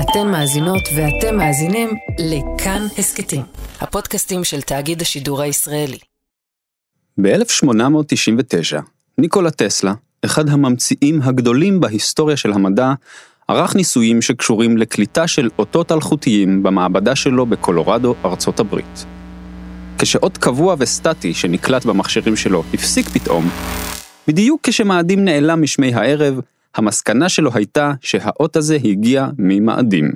אתן מאזינות ואתם מאזינים לכאן הסקטים, הפודקאסטים של תאגיד השידור הישראלי. ב-1899, ניקולה טסלה, אחד הממציאים הגדולים בהיסטוריה של המדע, ערך ניסויים שקשורים לקליטה של אותות אלחוטיים במעבדה שלו בקולורדו, ארצות הברית. כשאות קבוע וסטטי שנקלט במכשירים שלו הפסיק פתאום, בדיוק כשמאדים נעלם משמי הערב, המסקנה שלו הייתה שהאות הזה הגיע ממאדים.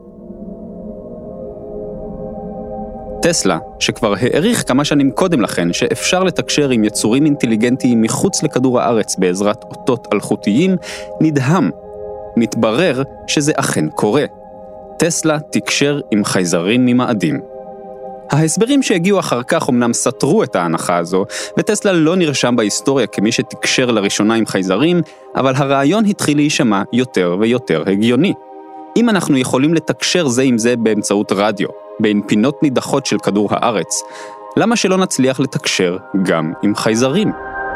טסלה, שכבר העריך כמה שנים קודם לכן שאפשר לתקשר עם יצורים אינטליגנטיים מחוץ לכדור הארץ בעזרת אותות אלחוטיים, נדהם. מתברר שזה אכן קורה. טסלה תקשר עם חייזרים ממאדים. ההסברים שהגיעו אחר כך אמנם סתרו את ההנחה הזו, וטסלה לא נרשם בהיסטוריה כמי שתקשר לראשונה עם חייזרים, אבל הרעיון התחיל להישמע יותר ויותר הגיוני. אם אנחנו יכולים לתקשר זה עם זה באמצעות רדיו, בין פינות נידחות של כדור הארץ, למה שלא נצליח לתקשר גם עם חייזרים?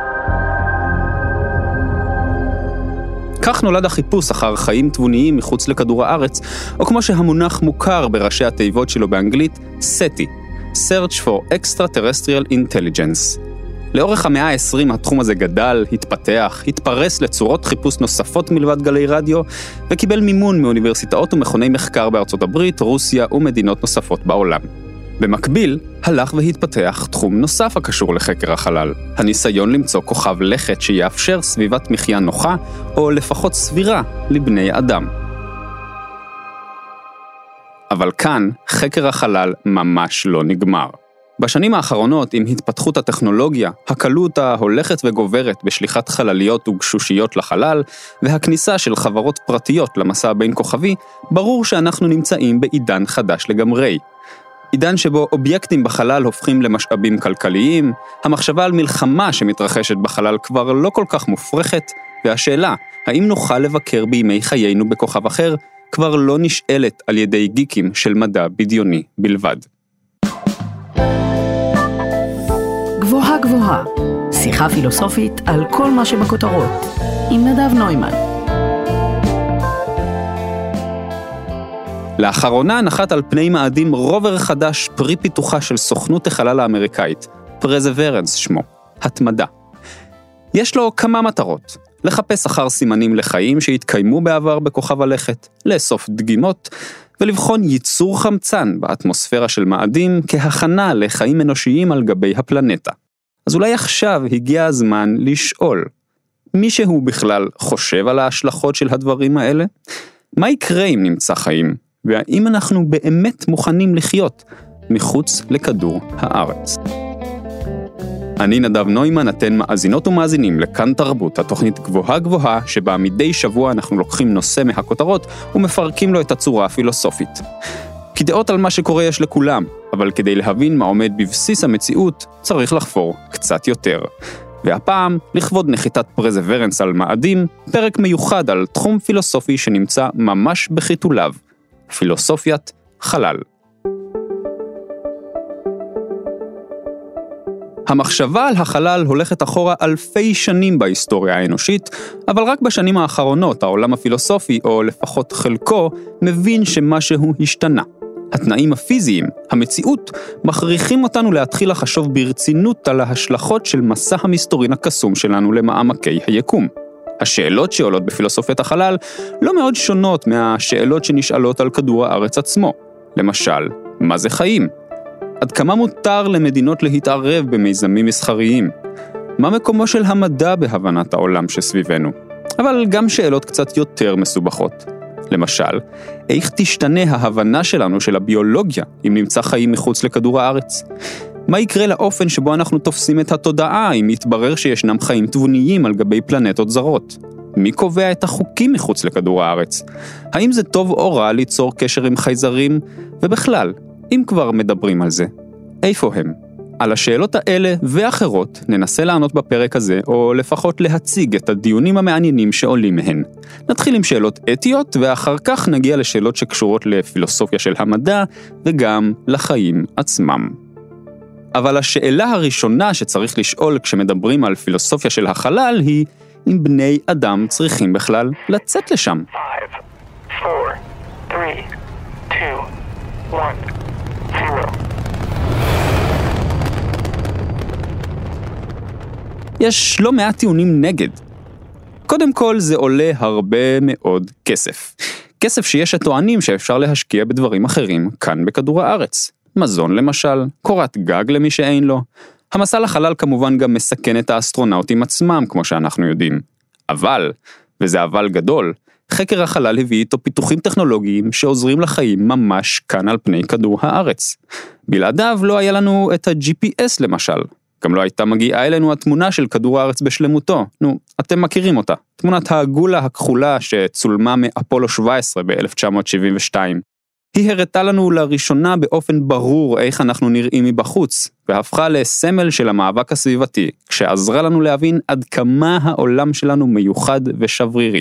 כך נולד החיפוש אחר חיים תבוניים מחוץ לכדור הארץ, או כמו שהמונח מוכר בראשי התיבות שלו באנגלית, SETI, Search for Extraterrestrial Intelligence. לאורך המאה ה-20 התחום הזה גדל, התפתח, התפרס לצורות חיפוש נוספות מלבד גלי רדיו, וקיבל מימון מאוניברסיטאות ומכוני מחקר בארצות הברית, רוסיה ומדינות נוספות בעולם. במקביל, הלך והתפתח תחום נוסף הקשור לחקר החלל, הניסיון למצוא כוכב לכת שיאפשר סביבת מחיה נוחה, או לפחות סבירה, לבני אדם. אבל כאן, חקר החלל ממש לא נגמר. בשנים האחרונות, עם התפתחות הטכנולוגיה, הקלות ההולכת וגוברת בשליחת חלליות וגשושיות לחלל, והכניסה של חברות פרטיות למסע הבין כוכבי, ברור שאנחנו נמצאים בעידן חדש לגמרי. עידן שבו אובייקטים בחלל הופכים למשאבים כלכליים, המחשבה על מלחמה שמתרחשת בחלל כבר לא כל כך מופרכת, והשאלה, האם נוכל לבקר בימי חיינו בכוכב אחר, כבר לא נשאלת על ידי גיקים של מדע בדיוני בלבד. גבוהה גבוהה, שיחה פילוסופית על כל מה שבכותרות, עם נדב נוימן. לאחרונה נחת על פני מאדים רובר חדש פרי פיתוחה של סוכנות החלל האמריקאית, פרזוורנס שמו, התמדה. יש לו כמה מטרות, לחפש אחר סימנים לחיים שהתקיימו בעבר בכוכב הלכת, לאסוף דגימות, ולבחון ייצור חמצן באטמוספירה של מאדים כהכנה לחיים אנושיים על גבי הפלנטה. אז אולי עכשיו הגיע הזמן לשאול, מישהו בכלל חושב על ההשלכות של הדברים האלה? מה יקרה אם נמצא חיים? והאם אנחנו באמת מוכנים לחיות מחוץ לכדור הארץ? אני נדב נוימן, אתן מאזינות ומאזינים לכאן תרבות, התוכנית גבוהה גבוהה, שבה מדי שבוע אנחנו לוקחים נושא מהכותרות ומפרקים לו את הצורה הפילוסופית. כי דעות על מה שקורה יש לכולם, אבל כדי להבין מה עומד בבסיס המציאות, צריך לחפור קצת יותר. והפעם, לכבוד נחיתת פרזוורנס על מאדים, פרק מיוחד על תחום פילוסופי שנמצא ממש בחיתוליו, פילוסופיית חלל. המחשבה על החלל הולכת אחורה אלפי שנים בהיסטוריה האנושית, אבל רק בשנים האחרונות העולם הפילוסופי, או לפחות חלקו, מבין שמשהו השתנה. התנאים הפיזיים, המציאות, מכריחים אותנו להתחיל לחשוב ברצינות על ההשלכות של מסע המסתורין הקסום שלנו למעמקי היקום. השאלות שעולות בפילוסופיית החלל לא מאוד שונות מהשאלות שנשאלות על כדור הארץ עצמו. למשל, מה זה חיים? עד כמה מותר למדינות להתערב במיזמים מסחריים? מה מקומו של המדע בהבנת העולם שסביבנו? אבל גם שאלות קצת יותר מסובכות. למשל, איך תשתנה ההבנה שלנו של הביולוגיה אם נמצא חיים מחוץ לכדור הארץ? מה יקרה לאופן שבו אנחנו תופסים את התודעה אם יתברר שישנם חיים תבוניים על גבי פלנטות זרות? מי קובע את החוקים מחוץ לכדור הארץ? האם זה טוב או רע ליצור קשר עם חייזרים? ובכלל, אם כבר מדברים על זה, איפה הם? על השאלות האלה ואחרות ננסה לענות בפרק הזה, או לפחות להציג את הדיונים המעניינים שעולים מהן. נתחיל עם שאלות אתיות, ואחר כך נגיע לשאלות שקשורות לפילוסופיה של המדע, וגם לחיים עצמם. אבל השאלה הראשונה שצריך לשאול כשמדברים על פילוסופיה של החלל היא, אם בני אדם צריכים בכלל לצאת לשם. 5, 4, 3, 2, 1, 0. יש לא מעט טיעונים נגד. קודם כל זה עולה הרבה מאוד כסף. כסף שיש הטוענים שאפשר להשקיע בדברים אחרים כאן בכדור הארץ. מזון למשל, קורת גג למי שאין לו. המסע לחלל כמובן גם מסכן את האסטרונאוטים עצמם כמו שאנחנו יודעים. אבל, וזה אבל גדול, חקר החלל הביא איתו פיתוחים טכנולוגיים שעוזרים לחיים ממש כאן על פני כדור הארץ. בלעדיו לא היה לנו את ה-GPS למשל. גם לא הייתה מגיעה אלינו התמונה של כדור הארץ בשלמותו. נו, אתם מכירים אותה. תמונת העגולה הכחולה שצולמה מאפולו 17 ב-1972. היא הראתה לנו לראשונה באופן ברור איך אנחנו נראים מבחוץ, והפכה לסמל של המאבק הסביבתי, כשעזרה לנו להבין עד כמה העולם שלנו מיוחד ושברירי.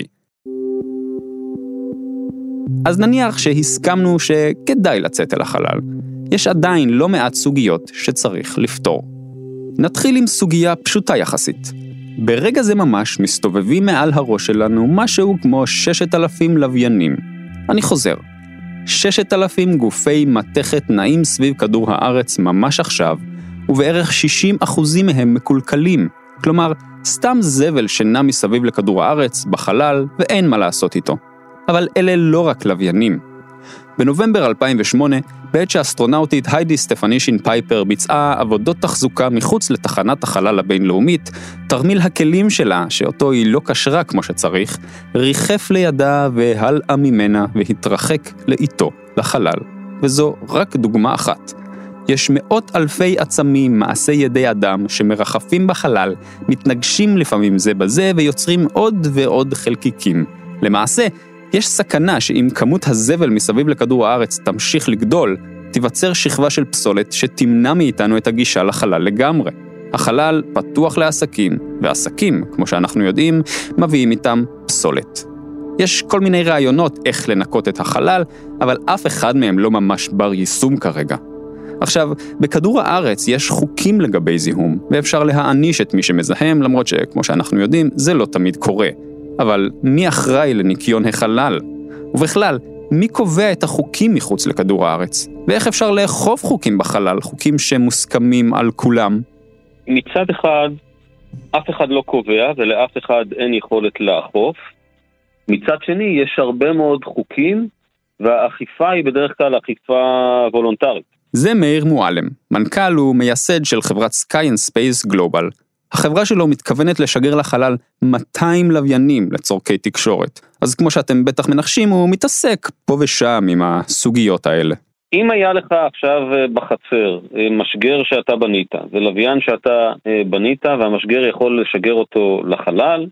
אז נניח שהסכמנו שכדאי לצאת אל החלל. יש עדיין לא מעט סוגיות שצריך לפתור. נתחיל עם סוגיה פשוטה יחסית. ברגע זה ממש מסתובבים מעל הראש שלנו משהו כמו 6,000 לוויינים. אני חוזר. 6,000 גופי מתכת נעים סביב כדור הארץ ממש עכשיו, ובערך 60% מהם מקולקלים. כלומר, סתם זבל שנע מסביב לכדור הארץ, בחלל, ואין מה לעשות איתו. אבל אלה לא רק לוויינים. בנובמבר 2008, בעת שהאסטרונאוטית היידי סטפנישין פייפר ביצעה עבודות תחזוקה מחוץ לתחנת החלל הבינלאומית, תרמיל הכלים שלה, שאותו היא לא קשרה כמו שצריך, ריחף לידה והלאה ממנה והתרחק לאיתו לחלל. וזו רק דוגמה אחת. יש מאות אלפי עצמים, מעשי ידי אדם, שמרחפים בחלל, מתנגשים לפעמים זה בזה ויוצרים עוד ועוד חלקיקים. למעשה, יש סכנה שאם כמות הזבל מסביב לכדור הארץ תמשיך לגדול, תיווצר שכבה של פסולת שתמנע מאיתנו את הגישה לחלל לגמרי. החלל פתוח לעסקים, ועסקים, כמו שאנחנו יודעים, מביאים איתם פסולת. יש כל מיני רעיונות איך לנקות את החלל, אבל אף אחד מהם לא ממש בר יישום כרגע. עכשיו, בכדור הארץ יש חוקים לגבי זיהום, ואפשר להעניש את מי שמזהם, למרות שכמו שאנחנו יודעים, זה לא תמיד קורה. אבל מי אחראי לניקיון החלל? ובכלל, מי קובע את החוקים מחוץ לכדור הארץ? ואיך אפשר לאכוף חוקים בחלל, חוקים שמוסכמים על כולם? מצד אחד, אף אחד לא קובע ולאף אחד אין יכולת לאכוף. מצד שני, יש הרבה מאוד חוקים, והאכיפה היא בדרך כלל אכיפה וולונטרית. זה מאיר מועלם, מנכ"ל ומייסד של חברת Sky and Space Global. החברה שלו מתכוונת לשגר לחלל 200 לוויינים לצורכי תקשורת. אז כמו שאתם בטח מנחשים, הוא מתעסק פה ושם עם הסוגיות האלה. אם היה לך עכשיו בחצר משגר שאתה בנית, זה לוויין שאתה בנית והמשגר יכול לשגר אותו לחלל,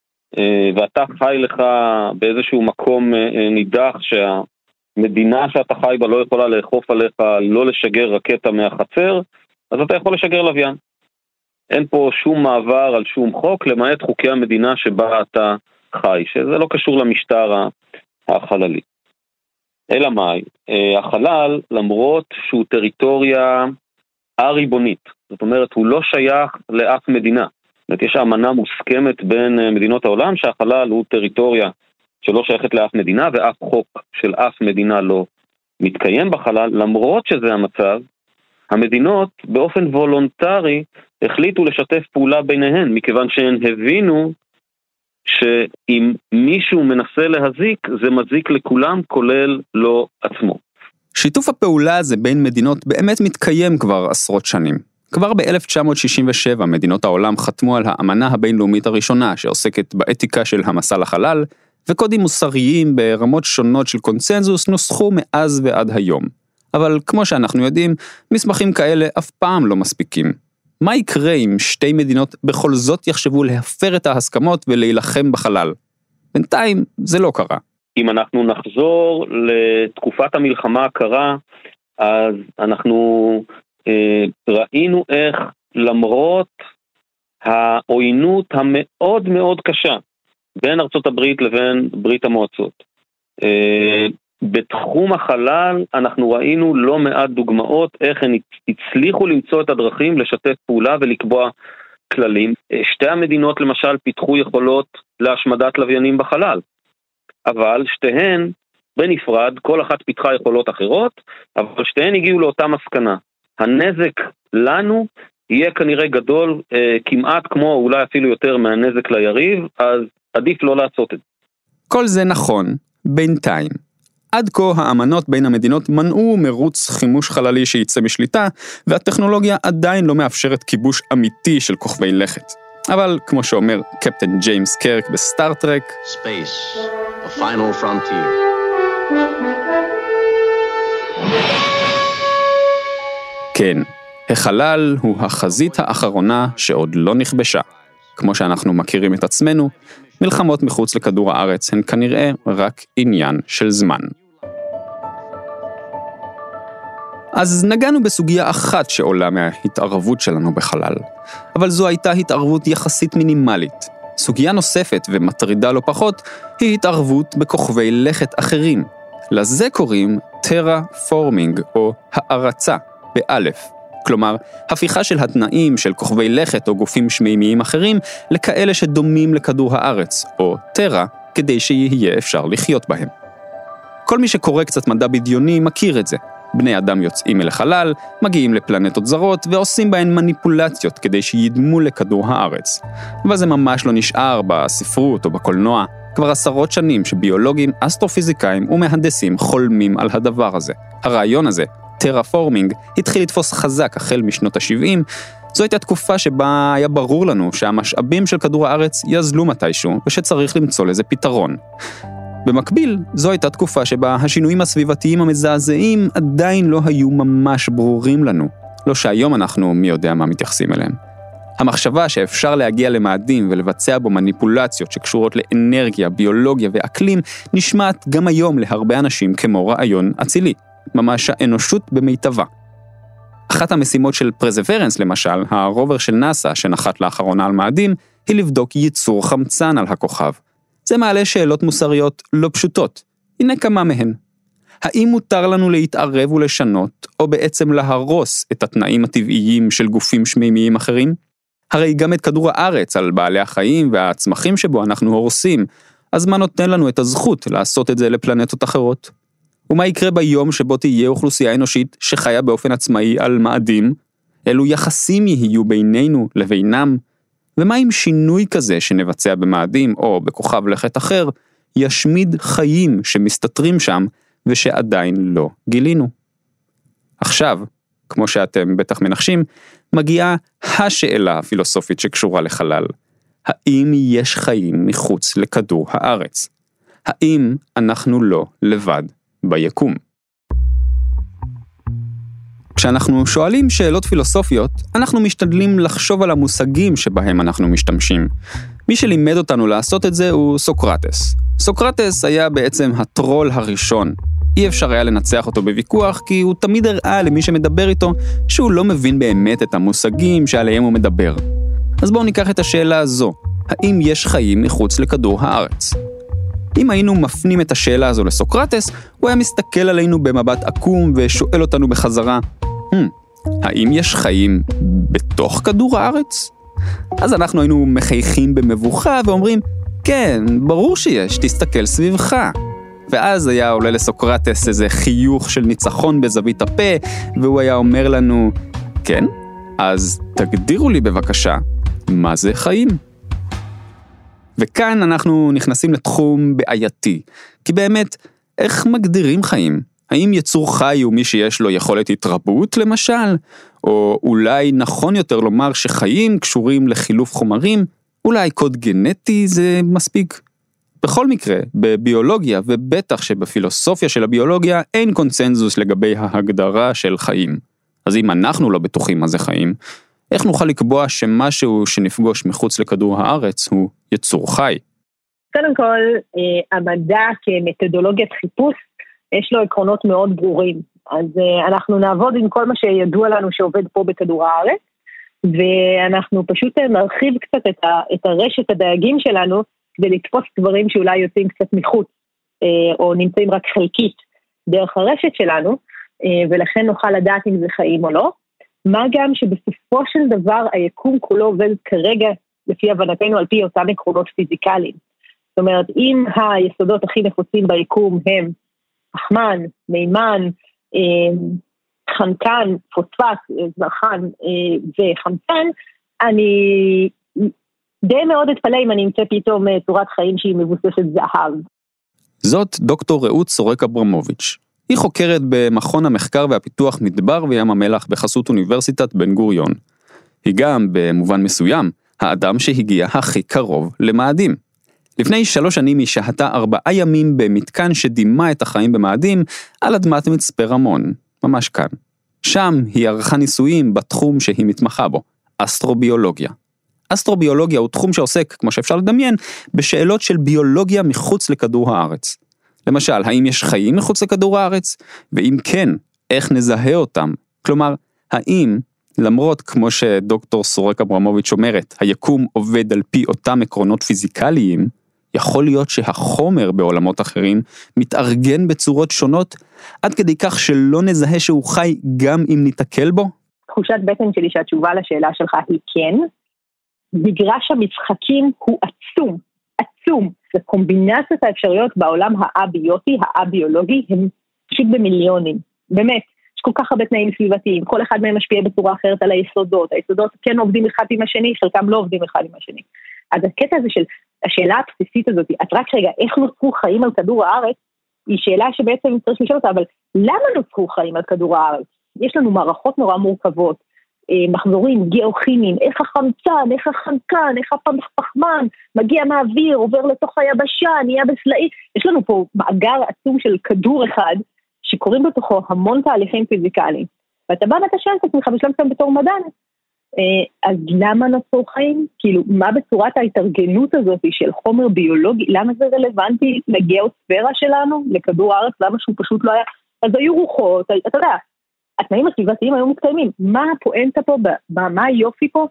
ואתה חי לך באיזשהו מקום נידח שהמדינה שאתה חי בה לא יכולה לאכוף עליך לא לשגר רקטה מהחצר, אז אתה יכול לשגר לוויין. אין פה שום מעבר על שום חוק, למעט חוקי המדינה שבה אתה חי, שזה לא קשור למשטר החללי. אלא מאי, החלל, למרות שהוא טריטוריה הריבונית, זאת אומרת, הוא לא שייך לאף מדינה. זאת אומרת, יש אמנה מוסכמת בין מדינות העולם שהחלל הוא טריטוריה שלא שייכת לאף מדינה, ואף חוק של אף מדינה לא מתקיים בחלל. למרות שזה המצב, המדינות באופן וולונטרי החליטו לשתף פעולה ביניהן, מכיוון שהן הבינו שאם מישהו מנסה להזיק, זה מזיק לכולם, כולל לא עצמו. שיתוף הפעולה הזה בין מדינות באמת מתקיים כבר עשרות שנים. כבר ב-1967 מדינות העולם חתמו על האמנה הבינלאומית הראשונה שעוסקת באתיקה של המסע לחלל, וקודים מוסריים ברמות שונות של קונצנזוס נוסחו מאז ועד היום. אבל כמו שאנחנו יודעים, מסמכים כאלה אף פעם לא מספיקים. מה יקרה אם שתי מדינות בכל זאת יחשבו להפר את ההסכמות ולהילחם בחלל? בינתיים זה לא קרה. אם אנחנו נחזור לתקופת המלחמה הקרה, אז אנחנו ראינו איך למרות העוינות המאוד מאוד קשה בין ארצות הברית לבין ברית המועצות, בתחום החלל אנחנו ראינו לא מעט דוגמאות איך הן הצליחו למצוא את הדרכים לשתף פעולה ולקבוע כללים. שתי המדינות למשל פיתחו יכולות להשמדת לוויינים בחלל, אבל שתיהן בנפרד, כל אחת פיתחה יכולות אחרות, אבל שתיהן הגיעו לאותה מסקנה. הנזק לנו יהיה כנראה גדול, כמעט כמו, אולי אפילו יותר מהנזק ליריב, אז עדיף לא לעשות את זה. כל זה נכון, בינתיים. עד כה האמנות בין המדינות מנעו מרוץ חימוש חללי שייצא משליטה, והטכנולוגיה עדיין לא מאפשרת כיבוש אמיתי של כוכבי לכת. אבל כמו שאומר קפטן ג'יימס קרק בסטארטרק, Space, the final frontier. כן, החלל הוא החזית האחרונה שעוד לא נכבשה. כמו שאנחנו מכירים את עצמנו, מלחמות מחוץ לכדור הארץ הן כנראה רק עניין של זמן. אז נגענו בסוגיה אחת שעולה מההתערבות שלנו בחלל, אבל זו הייתה התערבות יחסית מינימלית. סוגיה נוספת ומטרידה לא פחות היא התערבות בכוכבי לכת אחרים. לזה קוראים טרה-פורמינג או הערצה באלף. כלומר, הפיכה של התנאים של כוכבי לכת או גופים שמימיים אחרים לכאלה שדומים לכדור הארץ, או טרה, כדי שיהיה אפשר לחיות בהם. כל מי שקורא קצת מדע בדיוני מכיר את זה. בני אדם יוצאים אל החלל, מגיעים לפלנטות זרות ועושים בהן מניפולציות כדי שידמו לכדור הארץ. אבל זה ממש לא נשאר בספרות או בקולנוע. כבר עשרות שנים שביולוגים, אסטרופיזיקאים ומהנדסים חולמים על הדבר הזה. הרעיון הזה, טרה-פורמינג, התחיל לתפוס חזק החל משנות ה-70. זו הייתה תקופה שבה היה ברור לנו שהמשאבים של כדור הארץ יזלו מתישהו ושצריך למצוא לזה פתרון. במקביל, זו הייתה תקופה שבה השינויים הסביבתיים המזעזעים עדיין לא היו ממש ברורים לנו. לא שהיום אנחנו מי יודע מה מתייחסים אליהם. המחשבה שאפשר להגיע למאדים ולבצע בו מניפולציות שקשורות לאנרגיה, ביולוגיה ואקלים, נשמעת גם היום להרבה אנשים כמו רעיון אצילי. ממש האנושות במיטבה. אחת המשימות של פרזוורנס למשל, הרובר של נאסא שנחת לאחרונה על מאדים, היא לבדוק ייצור חמצן על הכוכב. זה מעלה שאלות מוסריות לא פשוטות. הנה כמה מהן. האם מותר לנו להתערב ולשנות, או בעצם להרוס את התנאים הטבעיים של גופים שמימיים אחרים? הרי גם את כדור הארץ על בעלי החיים והצמחים שבו אנחנו הורסים, אז מה נותן לנו את הזכות לעשות את זה לפלנטות אחרות? ומה יקרה ביום שבו תהיה אוכלוסייה אנושית שחיה באופן עצמאי על מאדים? אילו יחסים יהיו בינינו לבינם? ומה אם שינוי כזה שנבצע במאדים או בכוכב לכת אחר, ישמיד חיים שמסתתרים שם ושעדיין לא גילינו? עכשיו, כמו שאתם בטח מנחשים, מגיעה השאלה הפילוסופית שקשורה לחלל. האם יש חיים מחוץ לכדור הארץ? האם אנחנו לא לבד ביקום? כשאנחנו שואלים שאלות פילוסופיות, אנחנו משתדלים לחשוב על המושגים שבהם אנחנו משתמשים. מי שלימד אותנו לעשות את זה הוא סוקרטס. סוקרטס היה בעצם הטרול הראשון. אי אפשר היה לנצח אותו בוויכוח, כי הוא תמיד הראה למי שמדבר איתו שהוא לא מבין באמת את המושגים שעליהם הוא מדבר. אז בואו ניקח את השאלה הזו. האם יש חיים מחוץ לכדור הארץ? אם היינו מפנים את השאלה הזו לסוקרטס, הוא היה מסתכל עלינו במבט עקום ושואל אותנו בחזרה, האם יש חיים בתוך כדור הארץ? אז אנחנו היינו מחייכים במבוכה ואומרים, כן, ברור שיש, תסתכל סביבך. ואז היה עולה לסוקרטס איזה חיוך של ניצחון בזווית הפה, והוא היה אומר לנו, כן, אז תגדירו לי בבקשה, מה זה חיים? וכאן אנחנו נכנסים לתחום בעייתי, כי באמת, איך מגדירים חיים? האם יצור חי הוא מי שיש לו יכולת התרבות למשל? או אולי נכון יותר לומר שחיים קשורים לחילוף חומרים? אולי קוד גנטי זה מספיק? בכל מקרה, בביולוגיה ובטח שבפילוסופיה של הביולוגיה אין קונצנזוס לגבי ההגדרה של חיים. אז אם אנחנו לא בטוחים מה זה חיים, איך נוכל לקבוע שמשהו שנפגוש מחוץ לכדור הארץ הוא יצור חי? קודם כל, המדע כמתודולוגיית חיפוש, יש לו עקרונות מאוד ברורים. אז אנחנו נעבוד עם כל מה שידוע לנו שעובד פה בכדור הארץ, ואנחנו פשוט נרחיב קצת את הרשת הדייגים שלנו, כדי לתפוס דברים שאולי יוצאים קצת מחוץ, או נמצאים רק חלקית דרך הרשת שלנו, ולכן נוכל לדעת אם זה חיים או לא. מה גם שבסופו של דבר היקום כולו עובד כרגע, לפי הבנתנו, על פי אותם עקרונות פיזיקליים. זאת אומרת, אם היסודות הכי נפוצים ביקום הם פחמן, מימן, חנקן, פוספט, זרחן וחמצן, אני די מאוד אתפלא אם אני אמצא פתאום צורת חיים שהיא מבוססת זהב. זאת דוקטור רעות סורק אברמוביץ'. היא חוקרת במכון המחקר והפיתוח מדבר וים המלח בחסות אוניברסיטת בן גוריון. היא גם, במובן מסוים, האדם שהגיע הכי קרוב למאדים. לפני 3 שנים היא שהתה 4 ימים במתקן שדימה את החיים במאדים על אדמת מצפה רמון, ממש כאן. שם היא ערכה ניסויים בתחום שהיא מתמחה בו, אסטרוביולוגיה. אסטרוביולוגיה הוא תחום שעוסק, כמו שאפשר לדמיין, בשאלות של ביולוגיה מחוץ לכדור הארץ. למשל, האם יש חיים מחוץ לכדור הארץ? ואם כן, איך נזהה אותם? כלומר, האם, למרות כמו שדוקטור סורק אברמוביץ' אומרת, היקום עובד על פי אותם עקרונות פיזיקליים, יכול להיות שהחומר בעולמות אחרים מתארגן בצורות שונות, עד כדי כך שלא נזהה שהוא חי גם אם ניתקל בו? תחושת בטן שלי שהתשובה לשאלה שלך היא כן. מגרש המשחקים הוא עצום, עצום. הקומבינציות האפשריות בעולם האביוטי, האביולוגי, הם פשוט במיליונים. באמת, יש כל כך הרבה תנאים סביבתיים, כל אחד מהם משפיע בצורה אחרת על היסודות. היסודות כן עובדים אחד עם השני, חלקם לא עובדים אחד עם השני. אז הקטע הזה של השאלה הבסיסית הזאת, את רק רגע, איך נוצרו חיים על כדור הארץ, היא שאלה שבעצם צריך לשאול אותה, אבל למה נוצרו חיים על כדור הארץ? יש לנו מערכות נורא מורכבות, מחזורים גיאוכימיים, איך החמצן, איך החנקן, איך הפחמן, מגיע מהאוויר, עובר לתוך היבשה, נהיה בסלעי, יש לנו פה מאגר עצום של כדור אחד, שקוראים בתוכו המון תהליכים פיזיקליים, ואתה בא ואתה שואל את עצמך בשלב כאן בתור מדען, אז למה נוצרו חיים? כאילו, מה בצורת ההתארגנות הזאת של חומר ביולוגי, למה זה רלוונטי לגיאוספירה שלנו, לכדור הארץ, למה שהוא פשוט לא היה, אז היו רוחות, אתה יודע, התנאים הסביבתיים היו מתקיימים, מה הפואנטה פה, מה היופי פה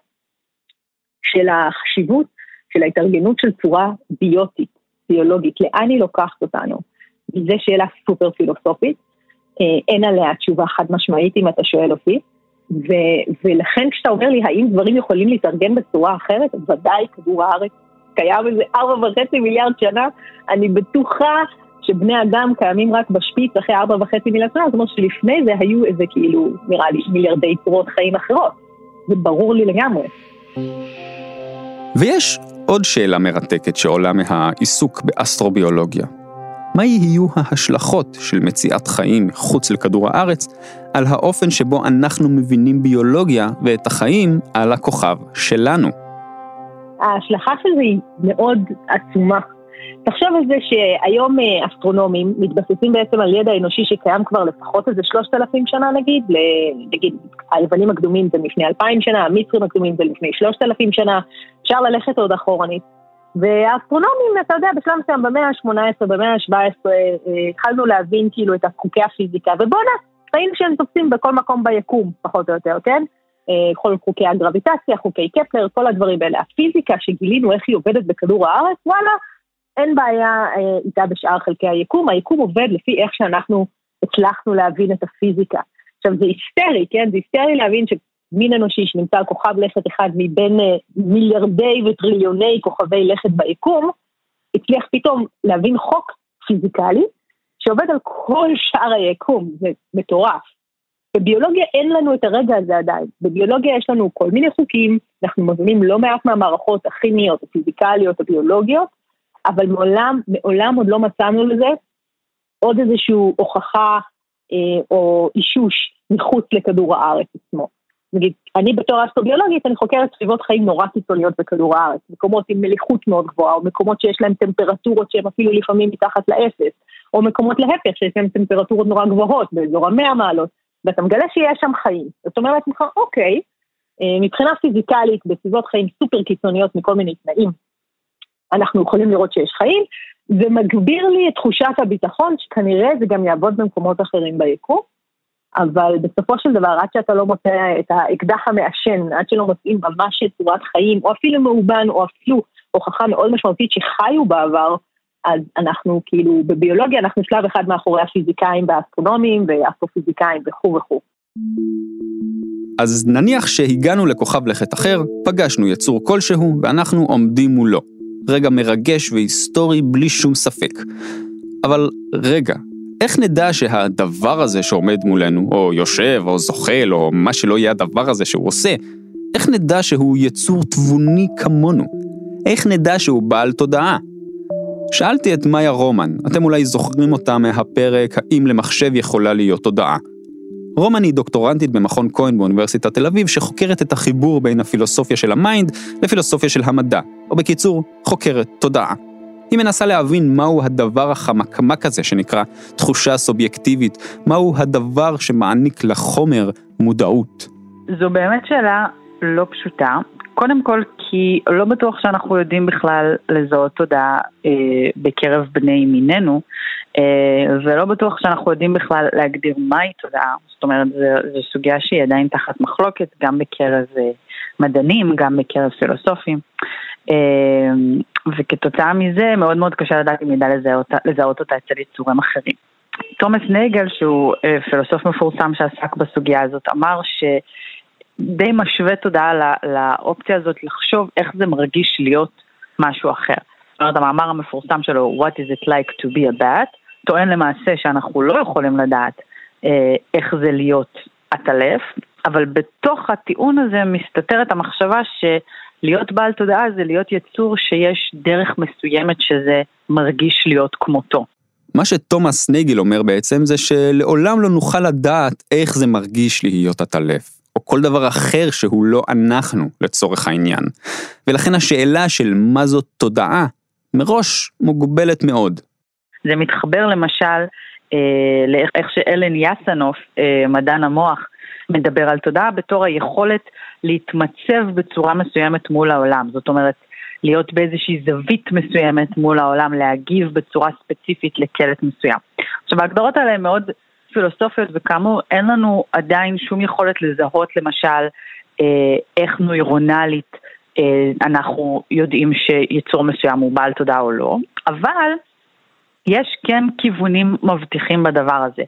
של החשיבות של ההתארגנות של צורה ביוטית, ביולוגית, לאן היא לוקחת אותנו? זו שאלה סופר פילוסופית, אין עליה תשובה חד משמעית אם אתה שואל אותי, ולכן כשאתה אומר לי האם דברים יכולים להתארגן בצורה אחרת, אז ודאי כדור הארץ קיים איזה 4.5 מיליארד שנה, אני בטוחה שבני אדם קיימים רק בשפיץ אחרי 4.5 מיליארד שנה, זאת אומרת שלפני זה היו איזה כאילו, נראה לי, מיליארדי צורות חיים אחרות. זה ברור לי לגמרי. ויש עוד שאלה מרתקת שעולה מהעיסוק באסטרוביולוגיה. מה יהיו ההשלכות של מציאת חיים מחוץ לכדור הארץ על האופן שבו אנחנו מבינים ביולוגיה ואת החיים על הכוכב שלנו? ההשלכה של זה היא מאוד עצומה. תחשוב על זה שהיום אסטרונומים מתבססים בעצם על ידע אנושי שקיים כבר לפחות איזה 3,000 שנה נגיד, היוונים הקדומים זה לפני 2,000 שנה, המצרים הקדומים זה לפני 3,000 שנה, אפשר ללכת עוד אחורנית. והאסטרונומים, אתה יודע, בשלב מסוים במאה ה-18, במאה ה-17, התחלנו להבין כאילו את חוקי הפיזיקה, ובואנה, חיים שהם תופסים בכל מקום ביקום, פחות או יותר, כן? כל חוקי הגרביטציה, חוקי קפלר, כל הדברים האלה. הפיזיקה שגילינו איך היא עובדת בכדור הארץ, וואלה, אין בעיה איתה בשאר חלקי היקום, היקום עובד לפי איך שאנחנו הצלחנו להבין את הפיזיקה. עכשיו זה היסטרי, כן? זה היסטרי להבין שמין אנושי שנמצא על כוכב לכת אחד מבין מיליארדי וטריליוני כוכבי לכת ביקום, הצליח פתאום להבין חוק פיזיקלי שעובד על כל שאר היקום, זה מטורף. בביולוגיה אין לנו את הרגע הזה עדיין, בביולוגיה יש לנו כל מיני חוקים, אנחנו מבינים לא מעט מהמערכות הכימיות, הפיזיקליות, הביולוגיות, אבל מעולם עוד לא מצאנו לזה עוד איזושהי הוכחה או אישוש מחוץ לכדור הארץ עצמו. נגיד, אני בתור אסטרוביולוגית, אני חוקרת סביבות חיים נורא קיצוניות בכדור הארץ, מקומות עם מליחות מאוד גבוהה, או מקומות שיש להם טמפרטורות שהן אפילו לפעמים מתחת לאפס, או מקומות להפך שיש להם טמפרטורות נורא גבוהות, באזור 100 מעלות, ואתה מגלה שיש שם חיים. זאת אומרת, אוקיי, מבחינה פיזיקלית, בסביבות חיים סופר קיצוניות מכל מיני תנאים, אנחנו יכולים לראות שיש חיים, ומגביר לי את תחושת הביטחון, שכנראה זה גם יעבוד במקומות אחרים ביקום, אבל בסופו של דבר, עד שאתה לא מוצא את האקדח המעשן, עד שלא מוצאים ממש את צורת חיים, או אפילו מאובן, או אפילו הוכחה מאוד משמעותית שחיו בעבר, אז אנחנו כאילו, בביולוגיה אנחנו שלב אחד מאחורי הפיזיקאים והאסטרונומים, והאסטרופיזיקאים וכו' וכו'. אז נניח שהגענו לכוכב לכת אחר, פגשנו יצור כלשהו, ואנחנו עומדים מולו. רגע מרגש והיסטורי בלי שום ספק. אבל רגע, איך נדע שהדבר הזה שעומד מולנו, או יושב, או זוחל, או מה שלא יהיה הדבר הזה שהוא עושה, איך נדע שהוא יצור תבוני כמונו? איך נדע שהוא בעל תודעה? שאלתי את מאיה רומן, אתם אולי זוכרים אותה מהפרק האם למחשב יכולה להיות תודעה. רומן היא דוקטורנטית במכון כהן באוניברסיטת תל אביב, שחוקרת את החיבור בין הפילוסופיה של המיינד לפילוסופיה של המדע, או בקיצור, חוקרת תודעה. היא מנסה להבין מהו הדבר החמקמק הזה שנקרא תחושה סובייקטיבית, מהו הדבר שמעניק לחומר מודעות. זו באמת שאלה לא פשוטה. קודם כל כי לא בטוח שאנחנו יודעים בכלל לזהות תודעה בקרב בני מיננו, ולא בטוח שאנחנו יודעים בכלל להגדיר מהי תודעה. זאת אומרת, זו סוגיה שהיא עדיין תחת מחלוקת, גם בקרב מדענים, גם בקרב פילוסופים. וכתוצאה מזה מאוד מאוד קשה לדעת אם נדע לזהות אותה אצל יצורים אחרים. תומאס נייגל, שהוא פילוסוף מפורסם שעסק בסוגיה הזאת, אמר שדי משווה תודעה לאופציה הזאת לחשוב איך זה מרגיש להיות משהו אחר. זאת אומרת, המאמר המפורסם שלו, What is it like to be a bat, טוען למעשה שאנחנו לא יכולים לדעת איך זה להיות עטלף, אבל בתוך הטיעון הזה מסתתרת המחשבה להיות בעל תודעה זה להיות יצור שיש דרך מסוימת שזה מרגיש להיות כמותו. מה שתומאס נייגל אומר בעצם זה שלעולם לא נוכל לדעת איך זה מרגיש להיות עטלף, או כל דבר אחר שהוא לא אנחנו לצורך העניין. ולכן השאלה של מה זאת תודעה מראש מוגבלת מאוד. זה מתחבר למשל לאיך שאלן יסנוף, מדען המוח, מדבר על תודעה בתור היכולת להתמצב בצורה מסוימת מול העולם. זאת אומרת, להיות באיזושהי זווית מסוימת מול העולם, להגיב בצורה ספציפית לקלט מסוים. עכשיו, ההגדרות האלה הן מאוד פילוסופיות, וכאמור, אין לנו עדיין שום יכולת לזהות, למשל, איך נוירונלית אנחנו יודעים שיצור מסוים הוא בעל תודעה או לא, אבל יש כן כיוונים מבטיחים בדבר הזה.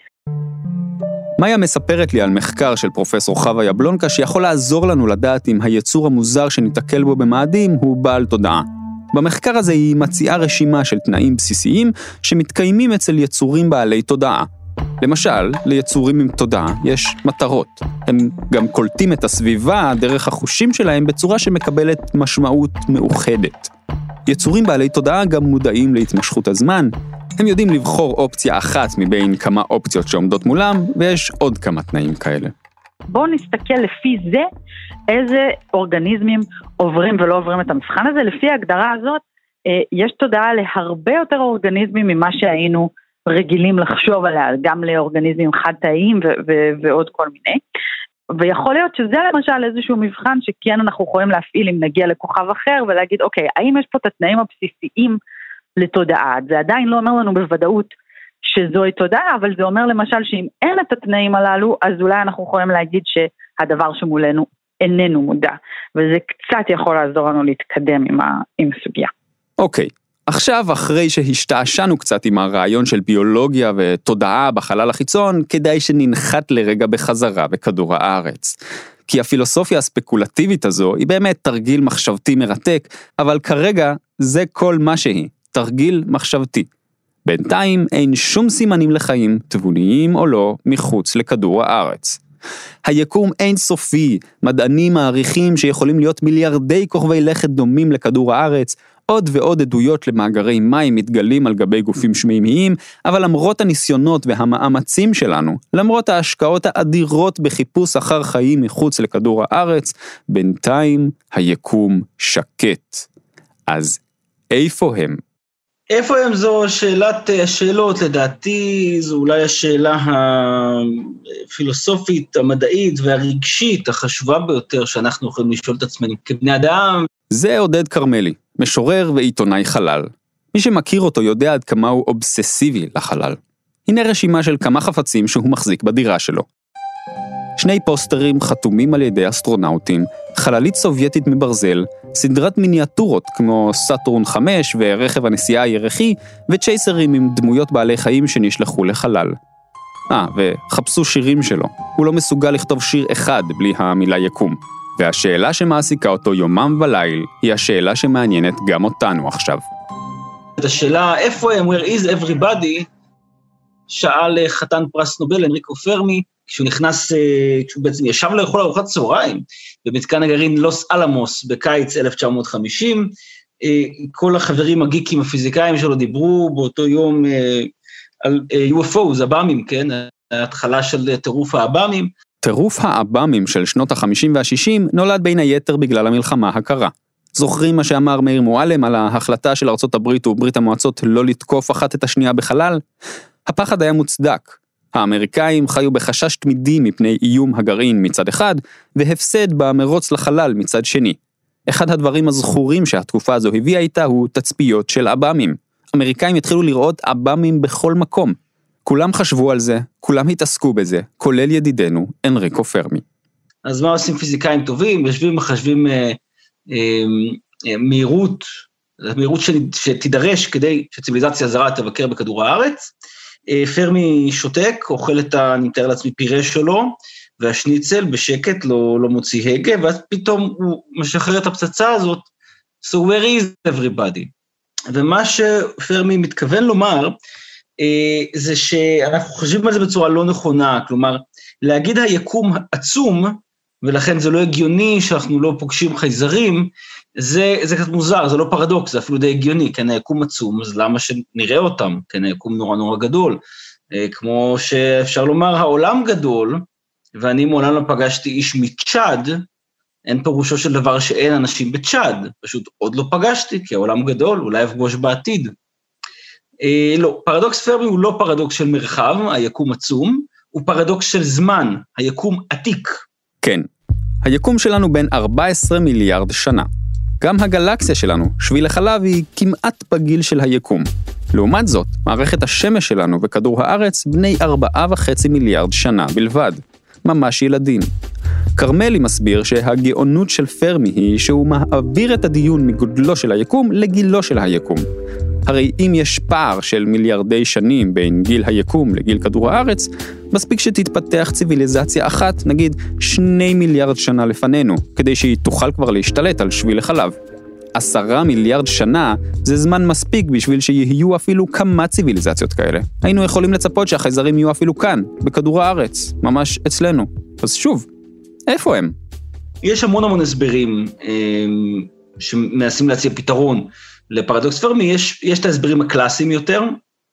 מאיה מספרת לי על מחקר של פרופסור חווה יבלונקה שיכול לעזור לנו לדעת אם היצור המוזר שניתקל בו במאדים הוא בעל תודעה. במחקר הזה היא מציעה רשימה של תנאים בסיסיים שמתקיימים אצל יצורים בעלי תודעה. למשל, ליצורים עם תודעה יש מטרות. הם גם קולטים את הסביבה דרך החושים שלהם בצורה שמקבלת משמעות מאוחדת. יצורים בעלי תודעה גם מודעים להתמשכות הזמן, הם יודעים לבחור אופציה אחת מבין כמה אופציות שעומדות מולם, ויש עוד כמה תנאים כאלה. בואו נסתכל לפי זה, איזה אורגניזמים עוברים ולא עוברים את המבחן הזה. לפי ההגדרה הזאת, יש תודעה להרבה יותר אורגניזמים ממה שהיינו רגילים לחשוב עליה, גם לאורגניזמים חד-תאיים ועוד כל מיני. ויכול להיות שזה למשל איזשהו מבחן שכן אנחנו יכולים להפעיל אם נגיע לכוכב אחר, ולהגיד, אוקיי, האם יש פה את התנאים הבסיסיים לתודעה? זה עדיין לא אומר לנו בוודאות שזוהי תודעה, אבל זה אומר למשל שאם אין את התנאים הללו, אז אולי אנחנו יכולים להגיד שהדבר שמולנו איננו מודע, וזה קצת יכול לעזור לנו להתקדם עם הסוגיה. אוקיי, עכשיו אחרי שהשתעשנו קצת עם הרעיון של ביולוגיה ותודעה בחלל החיצון, כדאי שננחת לרגע בחזרה בכדור הארץ. כי הפילוסופיה הספקולטיבית הזו היא באמת תרגיל מחשבתי מרתק, אבל כרגע זה כל מה שהיא, תרגיל מחשבתי. בינתיים אין שום סימנים לחיים, תבוניים או לא, מחוץ לכדור הארץ. היקום אין סופי, מדענים מעריכים שיכולים להיות מיליארדי כוכבי לכת דומים לכדור הארץ, עוד ועוד עדויות למאגרי מים מתגלים על גבי גופים שמימיים, אבל למרות הניסיונות והמאמצים שלנו, למרות ההשקעות האדירות בחיפוש אחר חיים מחוץ לכדור הארץ, בינתיים היקום שקט. אז איפה הם? איפה הם זו שאלת השאלות, לדעתי זו אולי השאלה הפילוסופית, המדעית והרגשית החשובה ביותר שאנחנו יכולים לשאול את עצמנו כבני אדם. זה עודד קרמלי, משורר ועיתונאי חלל. מי שמכיר אותו יודע עד כמה הוא אובססיבי לחלל. הנה רשימה של כמה חפצים שהוא מחזיק בדירה שלו. 2 פוסטרים חתומים על ידי אסטרונאוטים, חללית סובייטית מברזל, סדרת מיניאטורות כמו סאטורן 5 ורכב הנסיעה הירחי, וצ'ייסרים עם דמויות בעלי חיים שנשלחו לחלל. וחפשו שירים שלו. הוא לא מסוגל לכתוב שיר אחד בלי המילה יקום. והשאלה שמעסיקה אותו יומם וליל היא השאלה שמעניינת גם אותנו עכשיו. את השאלה איפה הם, where is everybody, שאל חתן פרס נובל, אנריקו פרמי, כשהוא נכנס, כשהוא בעצם ישב לאכול ארוחת צהריים, במתקן הגרעין לוס אלמוס בקיץ 1950, כל החברים הגיקים הפיזיקאים שלו דיברו באותו יום על UFOs, אב"מים, כן? ההתחלה של טירוף האב"מים. טירוף האב"מים של שנות ה-50 וה-60 נולד בין היתר בגלל המלחמה הקרה. זוכרים מה שאמר מאיר מועלם על ההחלטה של ארצות הברית וברית המועצות לא לתקוף אחת את השנייה בחלל? הפחד היה מוצדק. האמריקאים חיו בחשש תמידי מפני איום הגרעין מצד אחד, והפסד במרוץ לחלל מצד שני. אחד הדברים הזכורים שהתקופה הזו הביאה איתה הוא תצפיות של אב"מים. אמריקאים התחילו לראות אב"מים בכל מקום. כולם חשבו על זה, כולם התעסקו בזה, כולל ידידנו אנריקו פרמי. אז מה עושים פיזיקאים טובים? יושבים מחשבים מהירות שתידרש כדי שציביליזציה זרה תבקר בכדור הארץ. פרמי שותק, אוכל את אני מתאר לעצמי פירה שלו, והשניצל בשקט לא מוציא הגה, ואז פתאום הוא משחרר את הפצצה הזאת, so where is everybody? ומה שפרמי מתכוון לומר, זה שאנחנו חושבים על זה בצורה לא נכונה, כלומר, להגיד היקום עצום, ולכן זה לא הגיוני שאנחנו לא פוגשים חייזרים, זה קצת מוזר, זה לא פרדוקס, זה אפילו די הגיוני, כן, היקום עצום, אז למה שנראה אותם, כן, היקום נורא נורא גדול, כמו שאפשר לומר, העולם גדול, ואני מעולם לא פגשתי איש מצ'אד, אין פירושו של דבר שאין אנשים בצ'אד, פשוט עוד לא פגשתי, כי העולם גדול, אולי אפגוש בעתיד. לא, פרדוקס פרמי הוא לא פרדוקס של מרחב, היקום עצום, הוא פרדוקס של זמן, היקום עתיק. כן, היקום שלנו בין 14 מיליארד שנה. גם הגלקסיה שלנו, שביל החלב, היא כמעט בגיל של היקום. לעומת זאת, מערכת השמש שלנו וכדור הארץ בני 4.5 מיליארד שנה בלבד. ממש ילדים. קרמלי מסביר שהגאונות של פרמי היא שהוא מעביר את הדיון מגודלו של היקום לגילו של היקום. הרי אם יש פער של מיליארדי שנים בין גיל היקום לגיל כדור הארץ, מספיק שתתפתח ציביליזציה אחת, נגיד 2 מיליארד שנה לפנינו, כדי שהיא תוכל כבר להשתלט על שביל החלב. 10 מיליארד שנה זה זמן מספיק בשביל שיהיו אפילו כמה ציביליזציות כאלה. היינו יכולים לצפות שהחייזרים יהיו אפילו כאן, בכדור הארץ, ממש אצלנו. אז שוב, איפה הם? יש המון הסברים שמנסים להציע פתרון לפרדוקס פרמי, יש את ההסברים הקלאסיים יותר,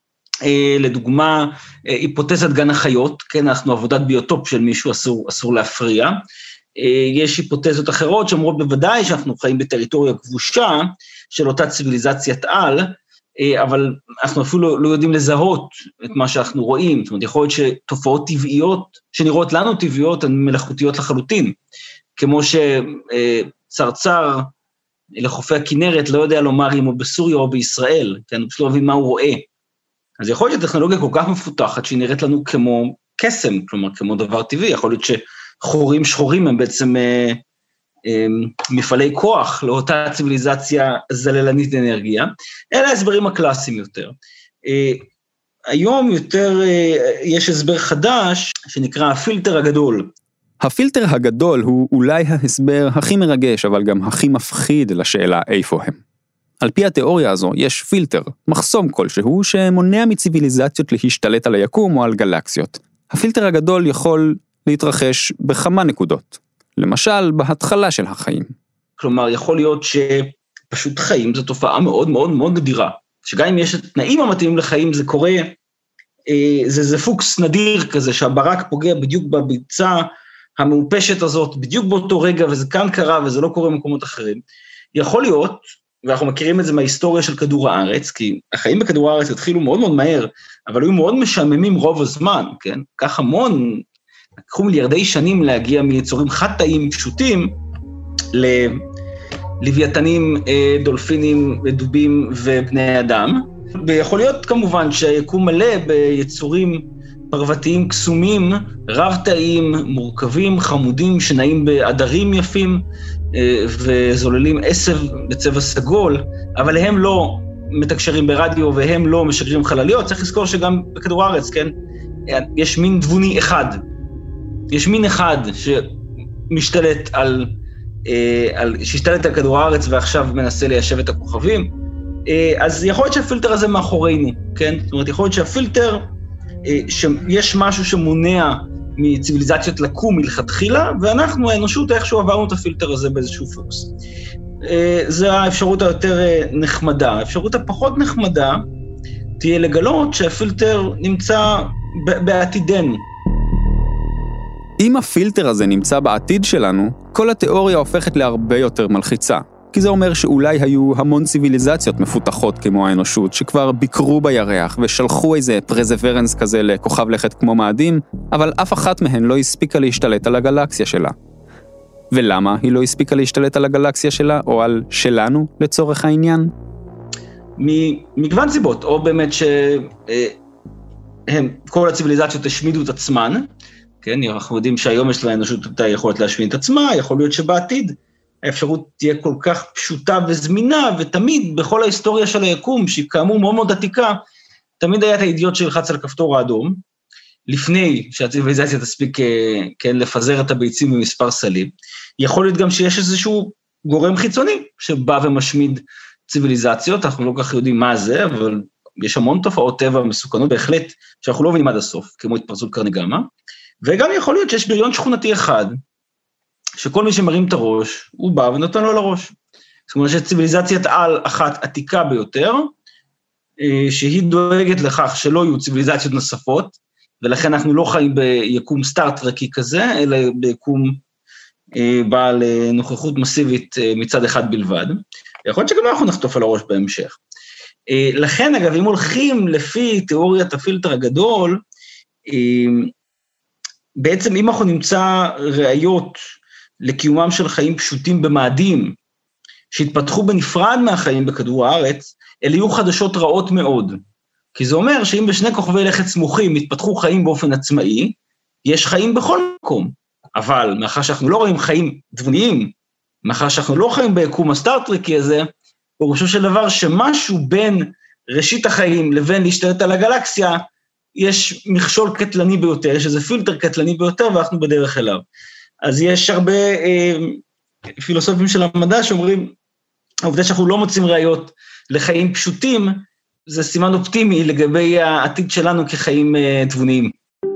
לדוגמה, היפותזת גן החיות, כן, אנחנו עבודת ביוטופ של מישהו אסור להפריע, יש היפותזות אחרות שאומרות בוודאי שאנחנו חיים בטריטוריה כבושה של אותה ציביליזציית על, אבל אנחנו אפילו לא יודעים לזהות את מה שאנחנו רואים, זאת אומרת, יכול להיות שתופעות טבעיות, שנראות לנו טבעיות, הן מלאכותיות לחלוטין, כמו שצרצר לחופי הכנרת לא יודע לומר אם הוא בסוריה או בישראל, כן, הוא פשוט לא מבין מה הוא רואה. אז יכול להיות שטכנולוגיה כל כך מפותחת, שהיא נראית לנו כמו קסם, כלומר, כמו דבר טבעי, יכול להיות שחורים שחורים הם בעצם מפעלי כוח לאותה ציביליזציה זללנית אנרגיה, אלה ההסברים הקלאסיים יותר. היום יותר יש הסבר חדש, שנקרא הפילטר הגדול. הפילטר הגדול הוא אולי ההסבר הכי מרגש, אבל גם הכי מפחיד לשאלה איפה הם. על פי התיאוריה הזו יש פילטר, מחסום כלשהו, שמונע מציביליזציות להשתלט על היקום או על גלקסיות. הפילטר הגדול יכול להתרחש בכמה נקודות. למשל, בהתחלה של החיים. כלומר, יכול להיות שפשוט חיים זו תופעה מאוד מאוד מאוד נדירה. שגם אם יש תנאים המתאימים לחיים, זה קורה, זה פוקס נדיר כזה, שהברק פוגע בדיוק בביצה המאופשת הזאת, בדיוק באותו רגע, וזה כאן קרה, וזה לא קורה במקומות אחרים. יכול להיות, ואנחנו מכירים את זה מההיסטוריה של כדור הארץ, כי החיים בכדור הארץ התחילו מאוד מאוד מהר, אבל היו מאוד משעממים רוב הזמן, כן? כך המון, לקחו מיליארדי שנים להגיע מיצורים חד-תאיים פשוטים, ללוויתנים, דולפינים, דובים ובני אדם, ויכול להיות כמובן שהיקום מלא ביצורים פרוותיים קסומים, רב-תאיים, מורכבים, חמודים, שנעים בעדרים יפים, וזוללים עשב בצבע סגול, אבל הם לא מתקשרים ברדיו, והם לא משגרים חלליות. צריך לזכור שגם בכדור הארץ, כן, יש מין דבוני אחד. יש מין אחד שמשתלט שהשתלט על כדור הארץ, ועכשיו מנסה ליישב את הכוכבים. אז יכול להיות שהפילטר הזה מאחורינו, כן? זאת אומרת, יכול להיות שהפילטר שיש משהו שמונע מציביליזציות לקום מלכתחילה, ואנחנו, האנושות, איכשהו עברנו את הפילטר הזה באיזשהו פוקס. זו האפשרות היותר נחמדה. האפשרות הפחות נחמדה תהיה לגלות שהפילטר נמצא בעתידנו. אם הפילטר הזה נמצא בעתיד שלנו, כל התיאוריה הופכת להרבה יותר מלחיצה. כי זה אומר שאולי היו המון ציביליזציות מפותחות כמו האנושות, שכבר ביקרו בירח ושלחו איזה פרזוורנס כזה לכוכב לכת כמו מאדים, אבל אף אחת מהן לא הספיקה להשתלט על הגלקסיה שלה. ולמה היא לא הספיקה להשתלט על הגלקסיה שלה, או על שלנו לצורך העניין? מגוון סיבות, או באמת כל הציביליזציות השמידו את עצמן, כן, אנחנו יודעים שהיום יש לאנושות את היכולת להשמיד את עצמה, יכול להיות שבעתיד האפשרות תהיה כל כך פשוטה וזמינה, ותמיד בכל ההיסטוריה של היקום, שהיא כאמור מאוד מאוד עתיקה, תמיד היה את האידיוט שלחץ על הכפתור האדום, לפני שהציביליזציה תספיק כן, לפזר את הביצים במספר סלים. יכול להיות גם שיש איזשהו גורם חיצוני, שבא ומשמיד ציביליזציות, אנחנו לא כך יודעים מה זה, אבל יש המון תופעות טבע מסוכנות, בהחלט שאנחנו לא מבינים עד הסוף, כמו התפרצות קרני גמא, וגם יכול להיות שיש בריון שכונתי אחד, שכל מי שמרים את הראש, הוא בא ונותן לו לראש. זאת אומרת שציביליזציית על אחת עתיקה ביותר, שהיא דואגת לכך שלא יהיו ציביליזציות נוספות, ולכן אנחנו לא חיים ביקום סטארט-טרקי כזה, אלא ביקום בעל נוכחות מסיבית מצד אחד בלבד. יכול להיות שגם אנחנו נחטוף על הראש בהמשך. לכן, אגב, אם הולכים לפי תיאוריית הפילטר הגדול, בעצם אם אנחנו נמצא ראיות לקיומם של חיים פשוטים במאדים, שהתפתחו בנפרד מהחיים בכדור הארץ, אלה יהיו חדשות רעות מאוד. כי זה אומר שאם בשני כוכבי לכת סמוכים התפתחו חיים באופן עצמאי, יש חיים בכל מקום. אבל מאחר שאנחנו לא רואים חיים דבוניים, מאחר שאנחנו לא חיים ביקום הסטארט-טרקי הזה, פירושו של דבר שמשהו בין ראשית החיים לבין להשתלט על הגלקסיה, יש מכשול קטלני ביותר, יש איזה פילטר קטלני ביותר, ואנחנו בדרך אליו. אז יש הרבה פילוסופים של המדע שאומרים, העובדה שאנחנו לא מוצאים ראיות לחיים פשוטים, זה סימן אופטימי לגבי העתיד שלנו כחיים תבוניים.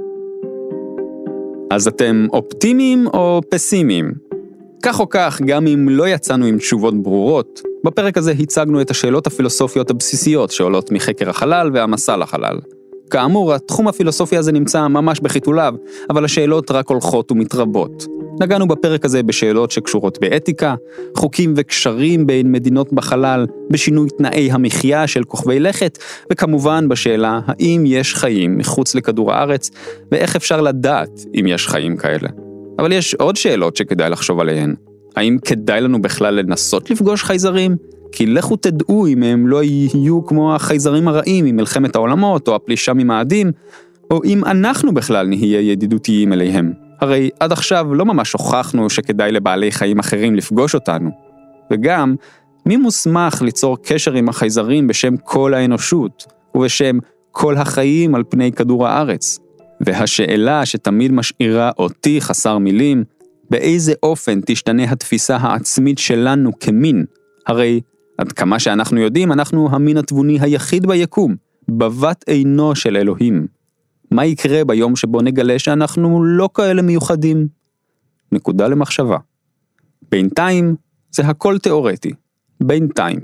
אז אתם אופטימיים או פסימיים? כך או כך, גם אם לא יצאנו עם תשובות ברורות, בפרק הזה הצגנו את השאלות הפילוסופיות הבסיסיות שעולות מחקר החלל והמסע לחלל. כאמור, התחום הפילוסופי הזה נמצא ממש בחיתוליו, אבל השאלות רק הולכות ומתרבות. נגענו בפרק הזה בשאלות שקשורות באתיקה, חוקים וקשרים בין מדינות בחלל, בשינוי תנאי המחיה של כוכבי לכת, וכמובן בשאלה האם יש חיים מחוץ לכדור הארץ, ואיך אפשר לדעת אם יש חיים כאלה. אבל יש עוד שאלות שכדאי לחשוב עליהן. האם כדאי לנו בכלל לנסות לפגוש חייזרים? כי לכו תדעו אם הם לא יהיו כמו החייזרים הרעים ממלחמת העולמות או הפלישה ממאדים, או אם אנחנו בכלל נהיה ידידותיים אליהם. הרי עד עכשיו לא ממש הוכחנו שכדאי לבעלי חיים אחרים לפגוש אותנו. וגם, מי מוסמך ליצור קשר עם החייזרים בשם כל האנושות, ובשם כל החיים על פני כדור הארץ? והשאלה שתמיד משאירה אותי חסר מילים, באיזה אופן תשתנה התפיסה העצמית שלנו כמין? הרי עד כמה שאנחנו יודעים, אנחנו המין התבוני היחיד ביקום, בבת עינו של אלוהים. מה יקרה ביום שבו נגלה שאנחנו לא כאלה מיוחדים? נקודה למחשבה. בינתיים זה הכל תיאורטי. בינתיים.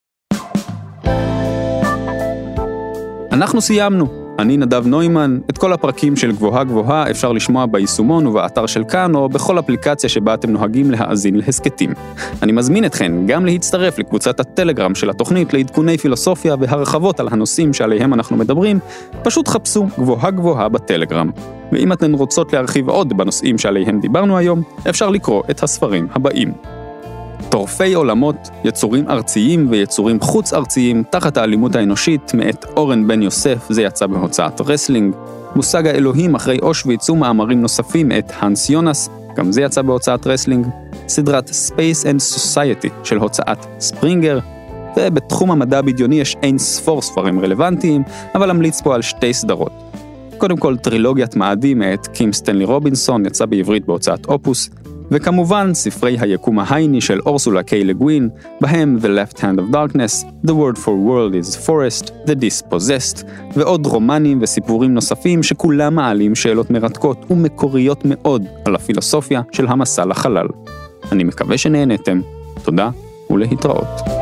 אנחנו סיימנו. אני נדב נוימן, את כל הפרקים של גבוהה גבוהה אפשר לשמוע ביישומון ובאתר של כאן או בכל אפליקציה שבה אתם נוהגים להאזין להסקטים. אני מזמין אתכן גם להצטרף לקבוצת הטלגרם של התוכנית לעדכוני פילוסופיה והרחבות על הנושאים שעליהם אנחנו מדברים, פשוט חפשו גבוהה גבוהה בטלגרם. ואם אתן רוצות להרחיב עוד בנושאים שעליהם דיברנו היום, אפשר לקרוא את הספרים הבאים. טורפי עולמות, יצורים ארציים ויצורים חוץ ארציים תחת האלימות האנושית מאת אורן בן יוסף, זה יצא בהוצאת רסלינג. מושג האלוהים אחרי אושוויץ ומאמרים נוספים מאת הנס יונס, גם זה יצא בהוצאת רסלינג. סדרת Space and Society של הוצאת ספרינגר, ובתחום המדע הבדיוני יש אין ספור ספרים רלוונטיים, אבל אמליץ פה על 2 סדרות. קודם כל טרילוגיית מאדים מאת קים סטנלי רובינסון, יצא בעברית בהוצאת אופוס, וכמובן ספרי היקום ההייני של אורסולה קיי לגווין, בהם The Left Hand of Darkness, The Word for World is Forest, The Dispossessed, ועוד רומנים וסיפורים נוספים שכולם מעלים שאלות מרתקות ומקוריות מאוד על הפילוסופיה של המסע לחלל. אני מקווה שנהנתם. תודה ולהתראות.